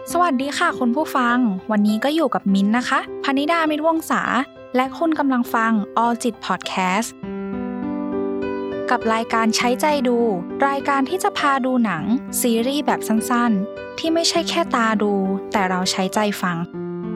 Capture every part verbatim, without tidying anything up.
สวัสดีค่ะคุณผู้ฟังวันนี้ก็อยู่กับมิ้นนะคะพนิดามิตรวงศาและคุณกำลังฟัง All จิต Podcast กับรายการใช้ใจดูรายการที่จะพาดูหนังซีรีส์แบบสั้นๆที่ไม่ใช่แค่ตาดูแต่เราใช้ใจฟัง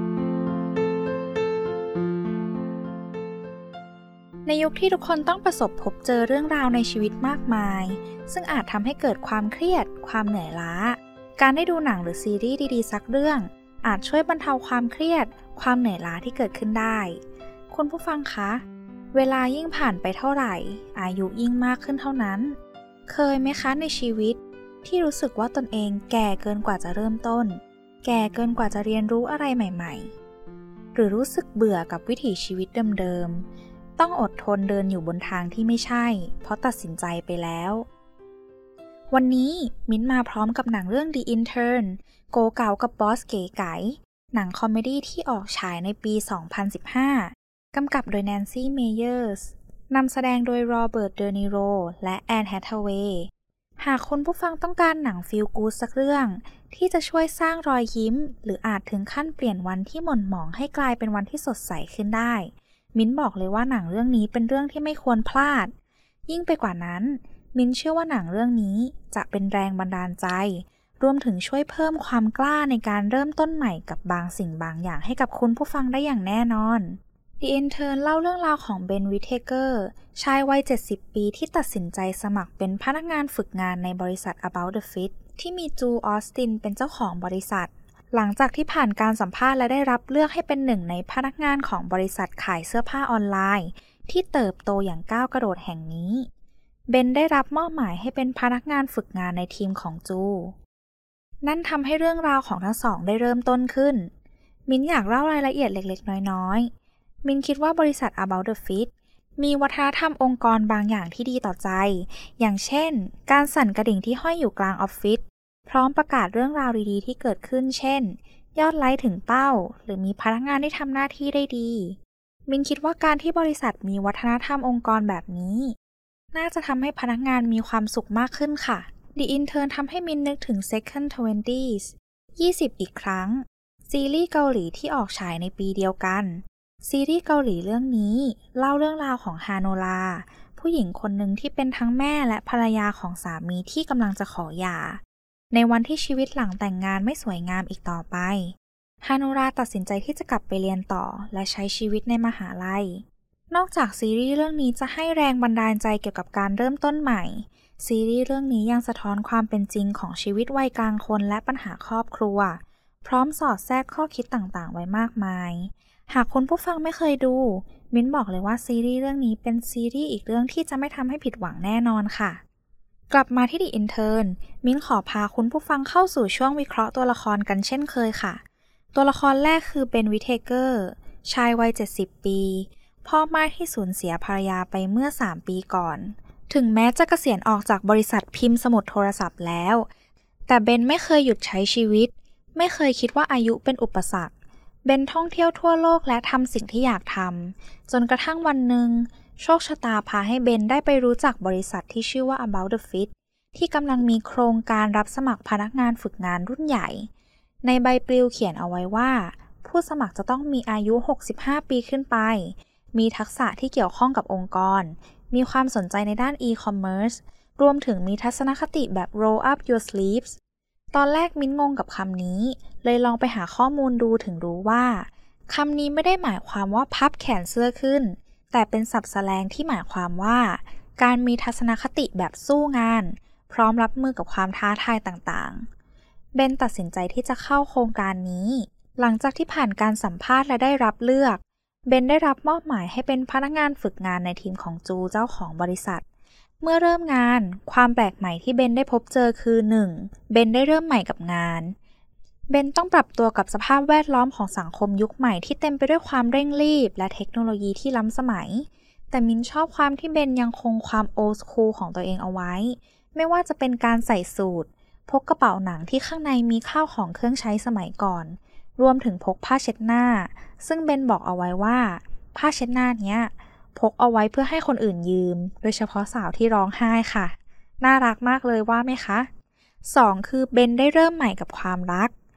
ในยุคที่ทุกคนต้องประสบพบเจอเรื่องราวในชีวิตมากมายซึ่งอาจทำให้เกิดความเครียดความเหนื่อยล้าการได้ดูหนังหรือซีรีส์ดีๆสักเรื่องอาจช่วยบรรเทาความเครียดความเหนื่อยล้าที่เกิดขึ้นได้คุณผู้ฟังคะเวลายิ่งผ่านไปเท่าไหร่อายุยิ่งมากขึ้นเท่านั้นเคยไหมคะในชีวิตที่รู้สึกว่าตนเองแก่เกินกว่าจะเริ่มต้นแก่เกินกว่าจะเรียนรู้อะไรใหม่ๆหรือรู้สึกเบื่อกับวิถีชีวิตเดิมๆต้องอดทนเดินอยู่บนทางที่ไม่ใช่เพราะตัดสินใจไปแล้ววันนี้มิ้นมาพร้อมกับหนังเรื่อง The Intern โกเก๋ากับบอสเก๋ไก๋หนังคอมเมดี้ที่ออกฉายในปี สองพันสิบห้ากำกับโดยแนนซี่ เมเยอร์สนำแสดงโดยโรเบิร์ต เดนิโรและแอนแฮทเวย์หากคุณผู้ฟังต้องการหนังฟีลกู๊ดสักเรื่องที่จะช่วยสร้างรอยยิ้มหรืออาจถึงขั้นเปลี่ยนวันที่หม่นหมองให้กลายเป็นวันที่สดใสขึ้นได้มิ้นบอกเลยว่าหนังเรื่องนี้เป็นเรื่องที่ไม่ควรพลาดยิ่งไปกว่านั้นมิ้นเชื่อว่าหนังเรื่องนี้จะเป็นแรงบันดาลใจรวมถึงช่วยเพิ่มความกล้าในการเริ่มต้นใหม่กับบางสิ่งบางอย่างให้กับคุณผู้ฟังได้อย่างแน่นอน The Intern เล่าเรื่องราวของเบน วิทเทเกอร์ชายวัยเจ็ดสิบปีที่ตัดสินใจสมัครเป็นพนักงานฝึกงานในบริษัท About the Fit ที่มีจู ออสตินเป็นเจ้าของบริษัทหลังจากที่ผ่านการสัมภาษณ์และได้รับเลือกให้เป็นหนึ่งในพนักงานของบริษัทขายเสื้อผ้าออนไลน์ที่เติบโตอย่างก้าวกระโดดแห่งนี้เบนได้รับมอบหมายให้เป็นพนักงานฝึกงานในทีมของจูนั่นทำให้เรื่องราวของทั้งสองได้เริ่มต้นขึ้นมิ้นอยากเล่ารายละเอียดเล็กๆน้อยๆมิ้นคิดว่าบริษัท About the Fit มีวัฒนธรรมองค์กรบางอย่างที่ดีต่อใจอย่างเช่นการสั่นกระดิ่งที่ห้อยอยู่กลางออฟฟิศพร้อมประกาศเรื่องราวดีๆที่เกิดขึ้นเช่นยอดไลค์ถึงเป้าหรือมีพนักงานที่ทำหน้าที่ได้ดีมิ้นคิดว่าการที่บริษัทมีวัฒนธรรมองค์กรแบบนี้น่าจะทำให้พนักงานมีความสุขมากขึ้นค่ะ The Intern ทำให้มินนึกถึง Second Twenties ยี่สิบอีกครั้งซีรีส์เกาหลีที่ออกฉายในปีเดียวกันซีรีส์เกาหลีเรื่องนี้เล่าเรื่องราวของฮาโนราผู้หญิงคนหนึ่งที่เป็นทั้งแม่และภรรยาของสามีที่กำลังจะขอหย่าในวันที่ชีวิตหลังแต่งงานไม่สวยงามอีกต่อไปฮาโนราตัดสินใจที่จะกลับไปเรียนต่อและใช้ชีวิตในมหาลัยนอกจากซีรีส์เรื่องนี้จะให้แรงบันดาลใจเกี่ยวกับการเริ่มต้นใหม่ซีรีส์เรื่องนี้ยังสะท้อนความเป็นจริงของชีวิตวัยกลางคนและปัญหาครอบครัวพร้อมสอดแทรกข้อคิดต่างๆไว้มากมายหากคุณผู้ฟังไม่เคยดูมิ้นบอกเลยว่าซีรีส์เรื่องนี้เป็นซีรีส์อีกเรื่องที่จะไม่ทำให้ผิดหวังแน่นอนค่ะกลับมาที่ The Intern มิ้นขอพาคุณผู้ฟังเข้าสู่ช่วงวิเคราะห์ตัวละครกันเช่นเคยค่ะตัวละครแรกคือเบน วิทเทเกอร์ชายวัยเจ็ดสิบปีพ่อม่ายที่สูญเสียภรรยาไปเมื่อสามปีก่อนถึงแม้จะเกษียณออกจากบริษัทพิมพ์สมุดโทรศัพท์แล้วแต่เบนไม่เคยหยุดใช้ชีวิตไม่เคยคิดว่าอายุเป็นอุปสรรคเบนท่องเที่ยวทั่วโลกและทำสิ่งที่อยากทำจนกระทั่งวันหนึ่งโชคชะตาพาให้เบนได้ไปรู้จักบริษัทที่ชื่อว่า About the Fit ที่กำลังมีโครงการรับสมัครพนักงานฝึกงานรุ่นใหญ่ในใบปลิวเขียนเอาไว้ว่าผู้สมัครจะต้องมีอายุหกสิบห้าปีขึ้นไปมีทักษะที่เกี่ยวข้องกับองค์กรมีความสนใจในด้าน e-commerce รวมถึงมีทัศนคติแบบ roll up your sleeves ตอนแรกมิ้นงงกับคำนี้เลยลองไปหาข้อมูลดูถึงรู้ว่าคำนี้ไม่ได้หมายความว่าพับแขนเสื้อขึ้นแต่เป็นศัพท์แสลงที่หมายความว่าการมีทัศนคติแบบสู้งานพร้อมรับมือกับความท้าทายต่างๆเบนตัดสินใจที่จะเข้าโครงการนี้หลังจากที่ผ่านการสัมภาษณ์และได้รับเลือกเบนได้รับมอบหมายให้เป็นพนักงานฝึกงานในทีมของจูเจ้าของบริษัทเมื่อเริ่มงานความแปลกใหม่ที่เบนได้พบเจอคือ หนึ่ง เบนได้เริ่มใหม่กับงานเบนต้องปรับตัวกับสภาพแวดล้อมของสังคมยุคใหม่ที่เต็มไปด้วยความเร่งรีบและเทคโนโลยีที่ล้ำสมัยแต่มิ้นชอบความที่เบนยังคงความโอลด์สคูลของตัวเองเอาไว้ไม่ว่าจะเป็นการใส่สูทพกกระเป๋าหนังที่ข้างในมีข้าวของเครื่องใช้สมัยก่อนรวมถึงพกผ้าเช็ดหน้าซึ่งเบนบอกเอาไว้ว่าผ้าเช็ดหน้าเนี้ยพกเอาไว้เพื่อให้คนอื่นยืมโดยเฉพาะสาวที่ร้องไห้ค่ะน่ารักมากเลยว่าไหมคะสองคือเบนได้เริ่มใหม่กับความรัก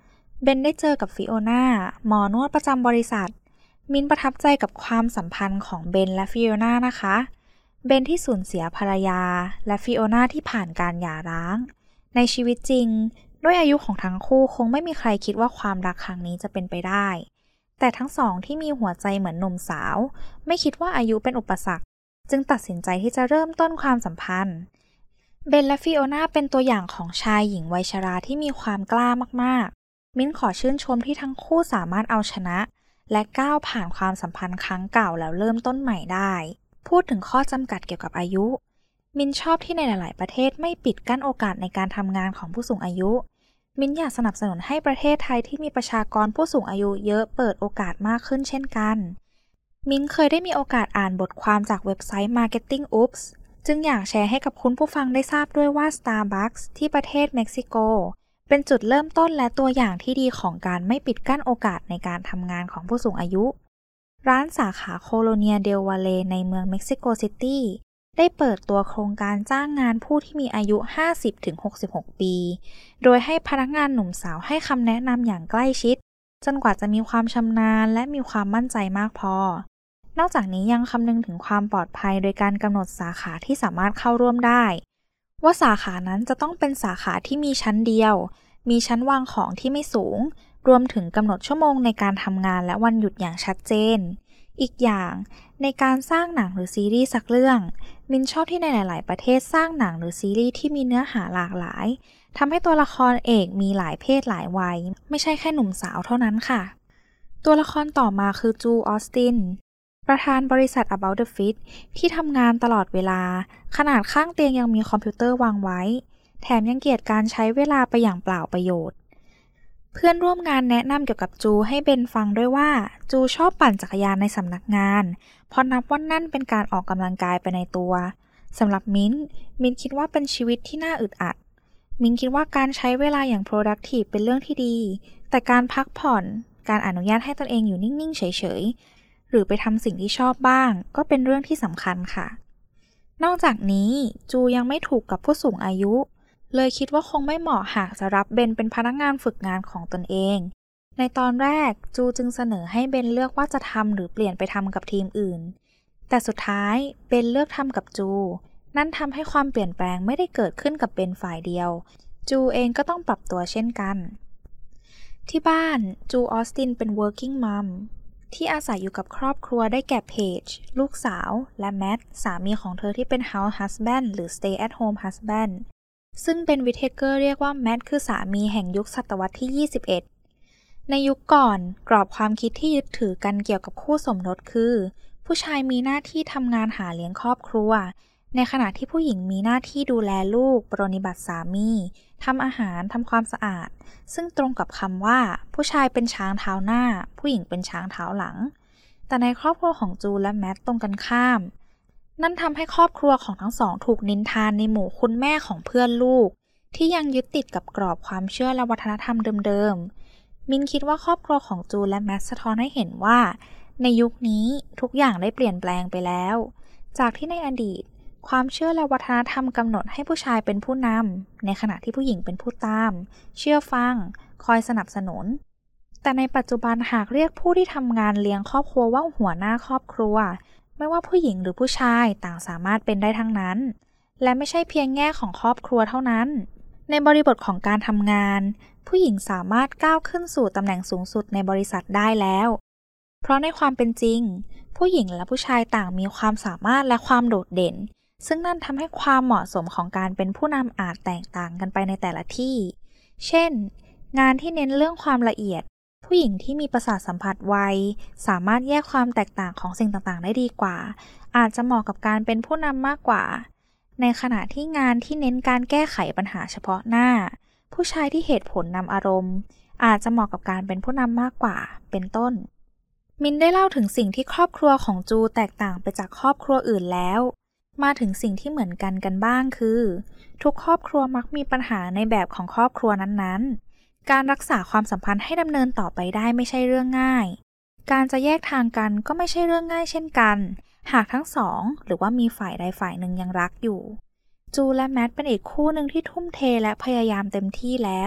เบนได้เจอกับฟิโอนาหมอนวดประจำบริษัทมิ้นประทับใจกับความสัมพันธ์ของเบนและฟิโอนานะคะเบนที่สูญเสียภรรยาและฟิโอนาที่ผ่านการหย่าร้างในชีวิตจริงด้วยอายุของทั้งคู่คงไม่มีใครคิดว่าความรักครั้งนี้จะเป็นไปได้แต่ทั้งสองที่มีหัวใจเหมือนหนุ่มสาวไม่คิดว่าอายุเป็นอุปสรรคจึงตัดสินใจที่จะเริ่มต้นความสัมพันธ์เบนและฟิโอนาเป็นตัวอย่างของชายหญิงวัยชราที่มีความกล้ามากๆมิ้นขอชื่นชมที่ทั้งคู่สามารถเอาชนะและก้าวผ่านความสัมพันธ์ครั้งเก่าแล้วเริ่มต้นใหม่ได้พูดถึงข้อจำกัดเกี่ยวกับอายุมิ้นชอบที่ในหลายๆประเทศไม่ปิดกั้นโอกาสในการทำงานของผู้สูงอายุมิ้นอยากสนับสนุนให้ประเทศไทยที่มีประชากรผู้สูงอายุเยอะเปิดโอกาสมากขึ้นเช่นกันมิ้นเคยได้มีโอกาสอ่านบทความจากเว็บไซต์ Marketing Oops จึงอยากแชร์ให้กับคุณผู้ฟังได้ทราบด้วยว่า Starbucks ที่ประเทศเม็กซิโกเป็นจุดเริ่มต้นและตัวอย่างที่ดีของการไม่ปิดกั้นโอกาสในการทำงานของผู้สูงอายุร้านสาขาโคโลเนียเดลวาเลในเมืองเม็กซิโกซิตี้ได้เปิดตัวโครงการจ้างงานผู้ที่มีอายุ ห้าสิบถึงหกสิบหก ปีโดยให้พนักงานหนุ่มสาวให้คำแนะนำอย่างใกล้ชิดจนกว่าจะมีความชำนาญและมีความมั่นใจมากพอนอกจากนี้ยังคำนึงถึงความปลอดภัยโดยการกำหนดสาขาที่สามารถเข้าร่วมได้ว่าสาขานั้นจะต้องเป็นสาขาที่มีชั้นเดียวมีชั้นวางของที่ไม่สูงรวมถึงกำหนดชั่วโมงในการทำงานและวันหยุดอย่างชัดเจนอีกอย่างในการสร้างหนังหรือซีรีส์สักเรื่องมินชอบที่ในหลายๆประเทศสร้างหนังหรือซีรีส์ที่มีเนื้อหาหลากหลายทำให้ตัวละครเอกมีหลายเพศหลายวัยไม่ใช่แค่หนุ่มสาวเท่านั้นค่ะตัวละครต่อมาคือจูออสตินประธานบริษัท About the Fit ที่ทำงานตลอดเวลาขนาดข้างเตียงยังมีคอมพิวเตอร์วางไว้แถมยังเกลียดการใช้เวลาไปอย่างเปล่าประโยชน์เพื่อนร่วมงานแนะนำเกี่ยวกับจูให้เบนฟังด้วยว่าจูชอบปั่นจักรยานในสำนักงานเพราะนับว่านั่นเป็นการออกกำลังกายไปในตัวสำหรับมิ้นมิ้นคิดว่าเป็นชีวิตที่น่าอึดอัดมิ้นคิดว่าการใช้เวลาอย่าง productive เป็นเรื่องที่ดีแต่การพักผ่อนการอนุญาตให้ตนเองอยู่นิ่งๆเฉยๆหรือไปทำสิ่งที่ชอบบ้างก็เป็นเรื่องที่สำคัญค่ะนอกจากนี้จูยังไม่ถูกกับผู้สูงอายุเลยคิดว่าคงไม่เหมาะหากจะรับเบนเป็นพนักงานฝึกงานของตนเองในตอนแรกจูจึงเสนอให้เบนเลือกว่าจะทำหรือเปลี่ยนไปทำกับทีมอื่นแต่สุดท้ายเบนเลือกทำกับจูนั่นทำให้ความเปลี่ยนแปลงไม่ได้เกิดขึ้นกับเบนฝ่ายเดียวจูเองก็ต้องปรับตัวเช่นกันที่บ้านจูออสตินเป็น working mom ที่อาศัยอยู่กับครอบครัวได้แก่เพจลูกสาวและแมทสามีของเธอที่เป็น house husband หรือ stay at home husbandซึ่งเป็นวิทเทเกอร์เรียกว่าแมทคือสามีแห่งยุคศตวรรษที่ยี่สิบเอ็ดในยุคก่อนกรอบความคิดที่ยึดถือกันเกี่ยวกับคู่สมรสคือผู้ชายมีหน้าที่ทำงานหาเลี้ยงครอบครัวในขณะที่ผู้หญิงมีหน้าที่ดูแลลูกปรนนิบัติสามีทำอาหารทำความสะอาดซึ่งตรงกับคำว่าผู้ชายเป็นช้างเท้าหน้าผู้หญิงเป็นช้างเท้าหลังแต่ในครอบครัวของจูและแมทตรงกันข้ามนั่นทำให้ครอบครัวของทั้งสองถูกนินทาในหมู่คุณแม่ของเพื่อนลูกที่ยังยึดติดกับกรอบความเชื่อและวัฒนธรรมเดิมๆมินคิดว่าครอบครัวของจูและแมทสะท้อนให้เห็นว่าในยุคนี้ทุกอย่างได้เปลี่ยนแปลงไปแล้วจากที่ในอดีตความเชื่อและวัฒนธรรมกำหนดให้ผู้ชายเป็นผู้นำในขณะที่ผู้หญิงเป็นผู้ตามเชื่อฟังคอยสนับสนุนแต่ในปัจจุบันหากเรียกผู้ที่ทำงานเลี้ยงครอบครัวว่าหัวหน้าครอบครัวไม่ว่าผู้หญิงหรือผู้ชายต่างสามารถเป็นได้ทั้งนั้นและไม่ใช่เพียงแง่ของครอบครัวเท่านั้นในบริบทของการทำงานผู้หญิงสามารถก้าวขึ้นสู่ตำแหน่งสูงสุดในบริษัทได้แล้วเพราะในความเป็นจริงผู้หญิงและผู้ชายต่างมีความสามารถและความโดดเด่นซึ่งนั่นทำให้ความเหมาะสมของการเป็นผู้นำอาจแตกต่างกันไปในแต่ละที่เช่นงานที่เน้นเรื่องความละเอียดผู้หญิงที่มีประสาทสัมผัสไวสามารถแยกความแตกต่างของสิ่งต่างๆได้ดีกว่าอาจจะเหมาะกับการเป็นผู้นำมากกว่าในขณะที่งานที่เน้นการแก้ไขปัญหาเฉพาะหน้าผู้ชายที่เหตุผลนำอารมณ์อาจจะเหมาะกับการเป็นผู้นำมากกว่าเป็นต้นมินได้เล่าถึงสิ่งที่ครอบครัวของจูแตกต่างไปจากครอบครัวอื่นแล้วมาถึงสิ่งที่เหมือนกันกันบ้างคือทุกครอบครัวมักมีปัญหาในแบบของครอบครัวนั้นๆการรักษาความสัมพันธ์ให้ดำเนินต่อไปได้ไม่ใช่เรื่องง่ายการจะแยกทางกันก็ไม่ใช่เรื่องง่ายเช่นกันหากทั้งสองหรือว่ามีฝ่ายใดฝ่ายหนึ่งยังรักอยู่จูและแมทเป็นอีกคู่หนึ่งที่ทุ่มเทและพยายามเต็มที่แล้ว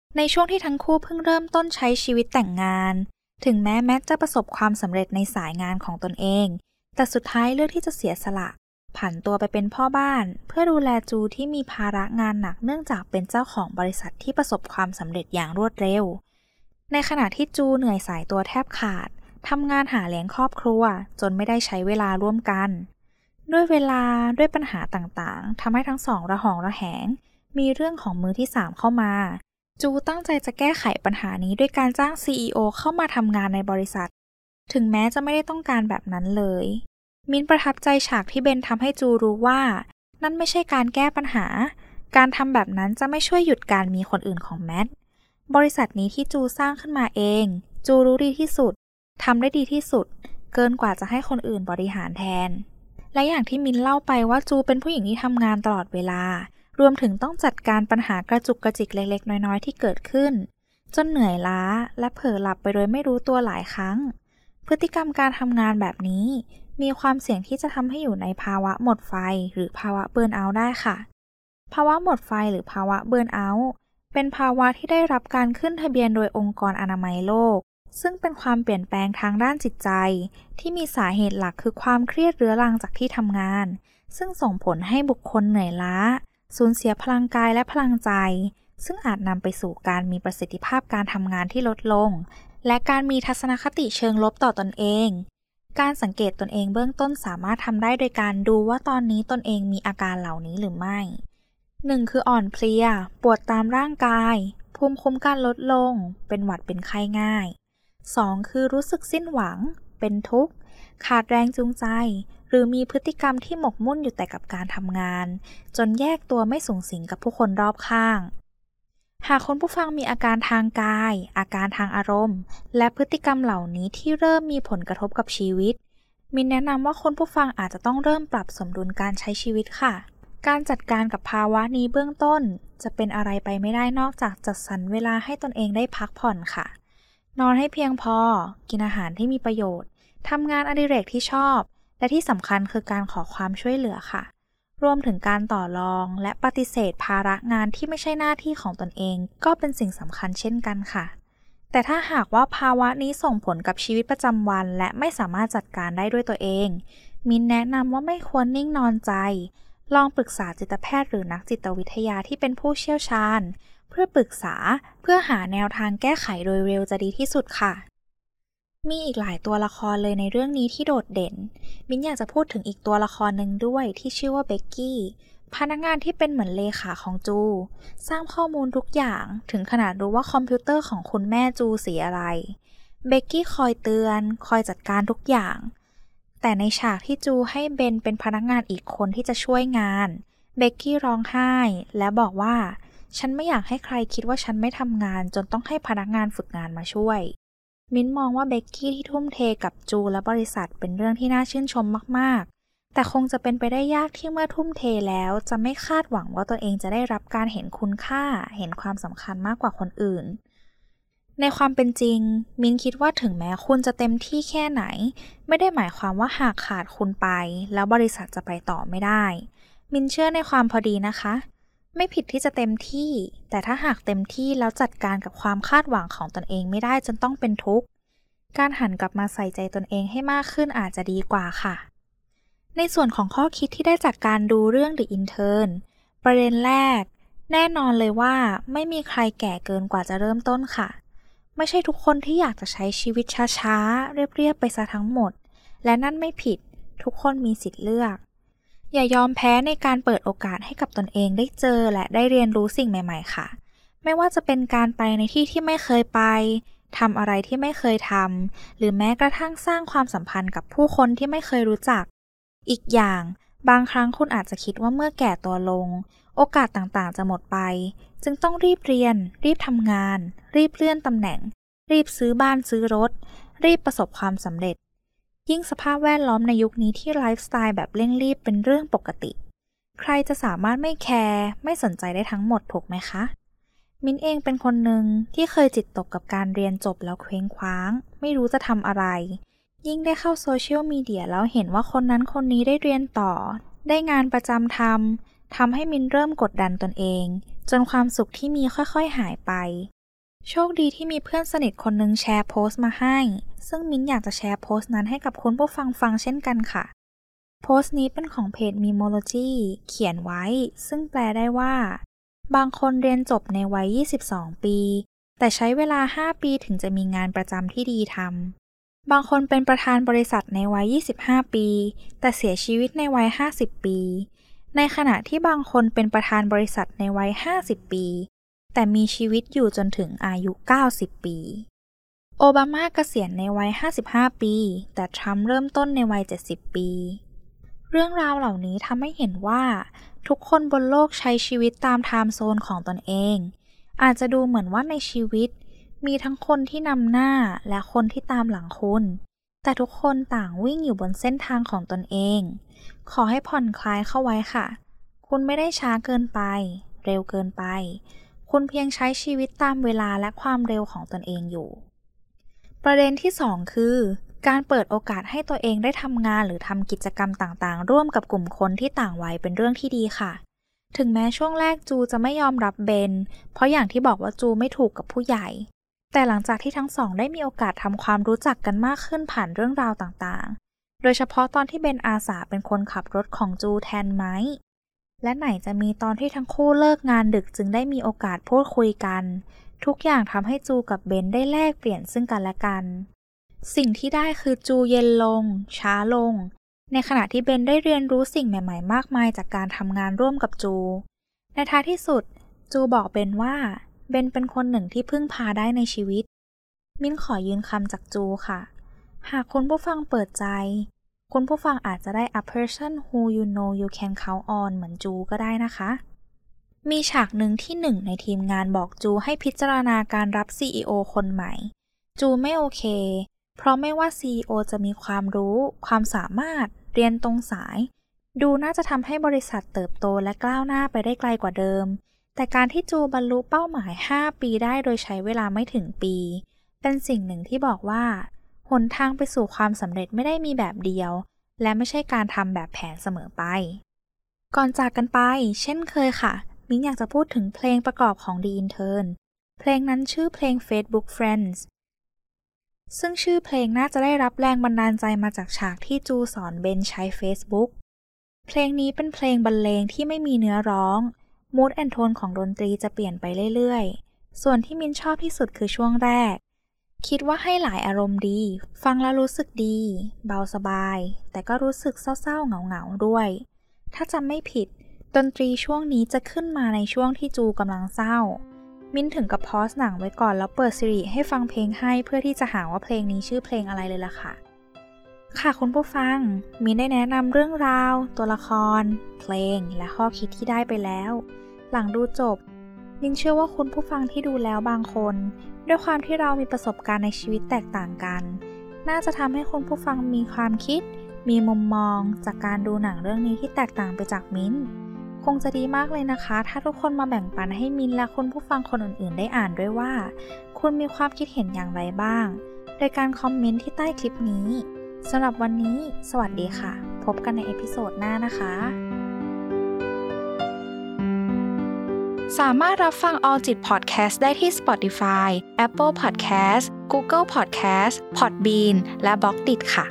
ในช่วงที่ทั้งคู่เพิ่งเริ่มต้นใช้ชีวิตแต่งงานถึงแม้แม็กจะประสบความสำเร็จในสายงานของตนเองแต่สุดท้ายเลือกที่จะเสียสละผันตัวไปเป็นพ่อบ้านเพื่อดูแลจูที่มีภาระงานหนักเนื่องจากเป็นเจ้าของบริษัทที่ประสบความสำเร็จอย่างรวดเร็วในขณะที่จูเหนื่อยสายตัวแทบขาดทำงานหาเลี้ยงครอบครัวจนไม่ได้ใช้เวลาร่วมกันด้วยเวลาด้วยปัญหาต่างๆทำให้ทั้งสองระหองระแหงมีเรื่องของมือที่สามเข้ามาจูตั้งใจจะแก้ไขปัญหานี้ด้วยการจ้าง ซี อี โอ เข้ามาทำงานในบริษัทถึงแม้จะไม่ได้ต้องการแบบนั้นเลยมิ้นประทับใจฉากที่เบนทำให้จูรู้ว่านั่นไม่ใช่การแก้ปัญหาการทำแบบนั้นจะไม่ช่วยหยุดการมีคนอื่นของแมทบริษัทนี้ที่จูสร้างขึ้นมาเองจูรู้ดีที่สุดทำได้ดีที่สุดเกินกว่าจะให้คนอื่นบริหารแทนและอย่างที่มิ้นเล่าไปว่าจูเป็นผู้หญิงที่ทำงานตลอดเวลารวมถึงต้องจัดการปัญหากระจุกกระจิกเล็กๆน้อยๆที่เกิดขึ้นจนเหนื่อยล้าและเผลอหลับไปโดยไม่รู้ตัวหลายครั้งพฤติกรรมการทำงานแบบนี้มีความเสี่ยงที่จะทำให้อยู่ในภาวะหมดไฟหรือภาวะเบิร์นเอาท์ได้ค่ะภาวะหมดไฟหรือภาวะเบิร์นเอาท์เป็นภาวะที่ได้รับการขึ้นทะเบียนโดยองค์กรอนามัยโลกซึ่งเป็นความเปลี่ยนแปลงทางด้านจิตใจที่มีสาเหตุหลักคือความเครียดเรื้อรังจากที่ทำงานซึ่งส่งผลให้บุคคลเหนื่อยล้าสูญเสียพลังกายและพลังใจซึ่งอาจนำไปสู่การมีประสิทธิภาพการทำงานที่ลดลงและการมีทัศนคติเชิงลบต่อตนเองการสังเกตตนเองเบื้องต้นสามารถทำได้โดยการดูว่าตอนนี้ตนเองมีอาการเหล่านี้หรือไม่ หนึ่ง คืออ่อนเพลียปวดตามร่างกายภูมิคุ้มกันลดลงเป็นหวัดเป็นไข้ง่าย สอง คือรู้สึกสิ้นหวังเป็นทุกข์ขาดแรงจูงใจหรือมีพฤติกรรมที่หมกมุ่นอยู่แต่กับการทำงานจนแยกตัวไม่สุงสิงกับผู้คนรอบข้างหากคุณผู้ฟังมีอาการทางกายอาการทางอารมณ์และพฤติกรรมเหล่านี้ที่เริ่มมีผลกระทบกับชีวิตมินแนะนำว่าคุณผู้ฟังอาจจะต้องเริ่มปรับสมดุลการใช้ชีวิตค่ะการจัดการกับภาวะนี้เบื้องต้นจะเป็นอะไรไปไม่ได้นอกจากจัดสรรเวลาให้ตนเองได้พักผ่อนค่ะนอนให้เพียงพอกินอาหารที่มีประโยชน์ทำงานอดิเรกที่ชอบและที่สำคัญคือการขอความช่วยเหลือค่ะรวมถึงการต่อรองและปฏิเสธภาระงานที่ไม่ใช่หน้าที่ของตนเองก็เป็นสิ่งสำคัญเช่นกันค่ะแต่ถ้าหากว่าภาวะนี้ส่งผลกับชีวิตประจำวันและไม่สามารถจัดการได้ด้วยตัวเองมินแนะนำว่าไม่ควรนิ่งนอนใจลองปรึกษาจิตแพทย์หรือนักจิตวิทยาที่เป็นผู้เชี่ยวชาญเพื่อปรึกษาเพื่อหาแนวทางแก้ไขโดยเร็วจะดีที่สุดค่ะมีอีกหลายตัวละครเลยในเรื่องนี้ที่โดดเด่นมิ้นอยากจะพูดถึงอีกตัวละครหนึ่งด้วยที่ชื่อว่าเบกกี้พนักงานที่เป็นเหมือนเลขาของจูสร้างข้อมูลทุกอย่างถึงขนาดรู้ว่าคอมพิวเตอร์ของคุณแม่จูสีอะไรเบกกี้คอยเตือนคอยจัดการทุกอย่างแต่ในฉากที่จูให้เบนเป็นพนักงานอีกคนที่จะช่วยงานเบกกี้ร้องไห้และบอกว่าฉันไม่อยากให้ใครคิดว่าฉันไม่ทำงานจนต้องให้พนักงานฝึกงานมาช่วยมิ้นมองว่าเบกกี้ที่ทุ่มเทกับจูและบริษัทเป็นเรื่องที่น่าชื่นชมมากๆแต่คงจะเป็นไปได้ยากที่เมื่อทุ่มเทแล้วจะไม่คาดหวังว่าตัวเองจะได้รับการเห็นคุณค่าเห็นความสำคัญมากกว่าคนอื่นในความเป็นจริงมิ้นคิดว่าถึงแม้คุณจะเต็มที่แค่ไหนไม่ได้หมายความว่าหากขาดคุณไปแล้วบริษัทจะไปต่อไม่ได้มิ้นเชื่อในความพอดีนะคะไม่ผิดที่จะเต็มที่แต่ถ้าหากเต็มที่แล้วจัดการกับความคาดหวังของตนเองไม่ได้จนต้องเป็นทุกข์การหันกลับมาใส่ใจตนเองให้มากขึ้นอาจจะดีกว่าค่ะในส่วนของข้อคิดที่ได้จากการดูเรื่อง The Intern ประเด็นแรกแน่นอนเลยว่าไม่มีใครแก่เกินกว่าจะเริ่มต้นค่ะไม่ใช่ทุกคนที่อยากจะใช้ชีวิตช้าๆเรียบๆไปซะทั้งหมดและนั่นไม่ผิดทุกคนมีสิทธิ์เลือกอย่ายอมแพ้ในการเปิดโอกาสให้กับตนเองได้เจอและได้เรียนรู้สิ่งใหม่ๆค่ะไม่ว่าจะเป็นการไปในที่ที่ไม่เคยไปทำอะไรที่ไม่เคยทำหรือแม้กระทั่งสร้างความสัมพันธ์กับผู้คนที่ไม่เคยรู้จักอีกอย่างบางครั้งคุณอาจจะคิดว่าเมื่อแก่ตัวลงโอกาสต่างๆจะหมดไปจึงต้องรีบเรียนรีบทำงานรีบเลื่อนตำแหน่งรีบซื้อบ้านซื้อรถรีบประสบความสำเร็จยิ่งสภาพแวดล้อมในยุคนี้ที่ไลฟ์สไตล์แบบเร่งรีบเป็นเรื่องปกติใครจะสามารถไม่แคร์ไม่สนใจได้ทั้งหมดถูกไหมคะมิ้นเองเป็นคนหนึ่งที่เคยจิตตกกับการเรียนจบแล้วเคว้งคว้างไม่รู้จะทำอะไรยิ่งได้เข้าโซเชียลมีเดียแล้วเห็นว่าคนนั้นคนนี้ได้เรียนต่อได้งานประจำทำทำให้มิ้นเริ่มกดดันตนเองจนความสุขที่มีค่อยๆหายไปโชคดีที่มีเพื่อนสนิทคนนึงแชร์โพสต์มาให้ซึ่งมิ้นอยากจะแชร์โพสต์นั้นให้กับคุณผู้ฟังฟังเช่นกันค่ะโพสต์นี้เป็นของเพจ Memology เขียนไว้ซึ่งแปลได้ว่าบางคนเรียนจบในวัยยี่สิบสองปีแต่ใช้เวลาห้าปีถึงจะมีงานประจำที่ดีทำบางคนเป็นประธานบริษัทในวัยยี่สิบห้าปีแต่เสียชีวิตในวัยห้าสิบปีในขณะที่บางคนเป็นประธานบริษัทในวัยห้าสิบปีแต่มีชีวิตอยู่จนถึงอายุเก้าสิบปีโอบามาเกษียณในวัยห้าสิบห้าปีแต่ทรัมป์เริ่มต้นในวัยเจ็ดสิบปีเรื่องราวเหล่านี้ทำให้เห็นว่าทุกคนบนโลกใช้ชีวิตตามไทม์โซนของตนเองอาจจะดูเหมือนว่าในชีวิตมีทั้งคนที่นำหน้าและคนที่ตามหลังคุณแต่ทุกคนต่างวิ่งอยู่บนเส้นทางของตนเองขอให้ผ่อนคลายเข้าไว้ค่ะคุณไม่ได้ช้าเกินไปเร็วเกินไปคุณเพียงใช้ชีวิตตามเวลาและความเร็วของตนเองอยู่ประเด็นที่สองคือการเปิดโอกาสให้ตัวเองได้ทำงานหรือทำกิจกรรมต่างๆร่วมกับกลุ่มคนที่ต่างวัยเป็นเรื่องที่ดีค่ะถึงแม้ช่วงแรกจูจะไม่ยอมรับเบนเพราะอย่างที่บอกว่าจูไม่ถูกกับผู้ใหญ่แต่หลังจากที่ทั้งสองได้มีโอกาสทำความรู้จักกันมากขึ้นผ่านเรื่องราวต่างๆโดยเฉพาะตอนที่เบนอาสาเป็นคนขับรถของจูแทนไมค์และไหนจะมีตอนที่ทั้งคู่เลิกงานดึกจึงได้มีโอกาสพูดคุยกันทุกอย่างทำให้จูกับเบนได้แลกเปลี่ยนซึ่งกันและกันสิ่งที่ได้คือจูเย็นลงช้าลงในขณะที่เบนได้เรียนรู้สิ่งใหม่ๆมากมายจากการทำงานร่วมกับจูในท้ายที่สุดจูบอกเบนว่าเบนเป็นคนหนึ่งที่พึ่งพาได้ในชีวิตมิ้นขอยืนคำจากจูค่ะหากคุณผู้ฟังเปิดใจคุณผู้ฟังอาจจะได้ a person who you know you can count on เหมือนจูก็ได้นะคะมีฉากหนึ่งที่หนึ่งในทีมงานบอกจูให้พิจารณาการรับ ซี อี โอ คนใหม่จูไม่โอเคเพราะไม่ว่า ซี อี โอ จะมีความรู้ความสามารถเรียนตรงสายดูน่าจะทำให้บริษัทเติบโตและก้าวหน้าไปได้ไกลกว่าเดิมแต่การที่จูบรรลุเป้าหมายห้าปีได้โดยใช้เวลาไม่ถึงปีเป็นสิ่งหนึ่งที่บอกว่าหนทางไปสู่ความสำเร็จไม่ได้มีแบบเดียวและไม่ใช่การทำแบบแผนเสมอไปก่อนจากกันไปเช่นเคยค่ะมิ้นอยากจะพูดถึงเพลงประกอบของ The Intern เพลงนั้นชื่อเพลง Facebook Friends ซึ่งชื่อเพลงน่าจะได้รับแรงบันดาลใจมาจากฉากที่จูสอนเบนใช้ Facebook เพลงนี้เป็นเพลงบรรเลงที่ไม่มีเนื้อร้อง Mood and Tone ของดนตรีจะเปลี่ยนไปเรื่อยๆส่วนที่มิ้นชอบที่สุดคือช่วงแรกคิดว่าให้หลายอารมณ์ดีฟังแล้วรู้สึกดีเบาสบายแต่ก็รู้สึกเศร้าๆเหงาๆด้วยถ้าจำไม่ผิดดนตรีช่วงนี้จะขึ้นมาในช่วงที่จูกำลังเศร้ามิ้นถึงกับพอสหนังไว้ก่อนแล้วเปิด Siri ให้ฟังเพลงให้เพื่อที่จะหาว่าเพลงนี้ชื่อเพลงอะไรเลยล่ะค่ะค่ะคุณผู้ฟังมิ้นได้แนะนำเรื่องราวตัวละครเพลงและข้อคิดที่ได้ไปแล้วหลังดูจบมิ้นเชื่อว่าคุณผู้ฟังที่ดูแล้วบางคนด้วยความที่เรามีประสบการณ์ในชีวิตแตกต่างกันน่าจะทำให้คุณผู้ฟังมีความคิดมีมุมมองจากการดูหนังเรื่องนี้ที่แตกต่างไปจากมิ้นคงจะดีมากเลยนะคะถ้าทุกคนมาแบ่งปันให้มิ้นและคุณผู้ฟังคนอื่นๆได้อ่านด้วยว่าคุณมีความคิดเห็นอย่างไรบ้างโดยการคอมเมนต์ที่ใต้คลิปนี้สำหรับวันนี้สวัสดีค่ะพบกันในเอพิโซดหน้านะคะสามารถรับฟัง All จิต Podcast ได้ที่ Spotify, Apple Podcast, Google Podcast, Podbean และ Blockdit ค่ะ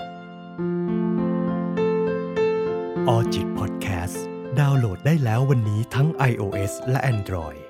All จิต Podcast ดาวน์โหลดได้แล้ววันนี้ทั้ง iOS และ Android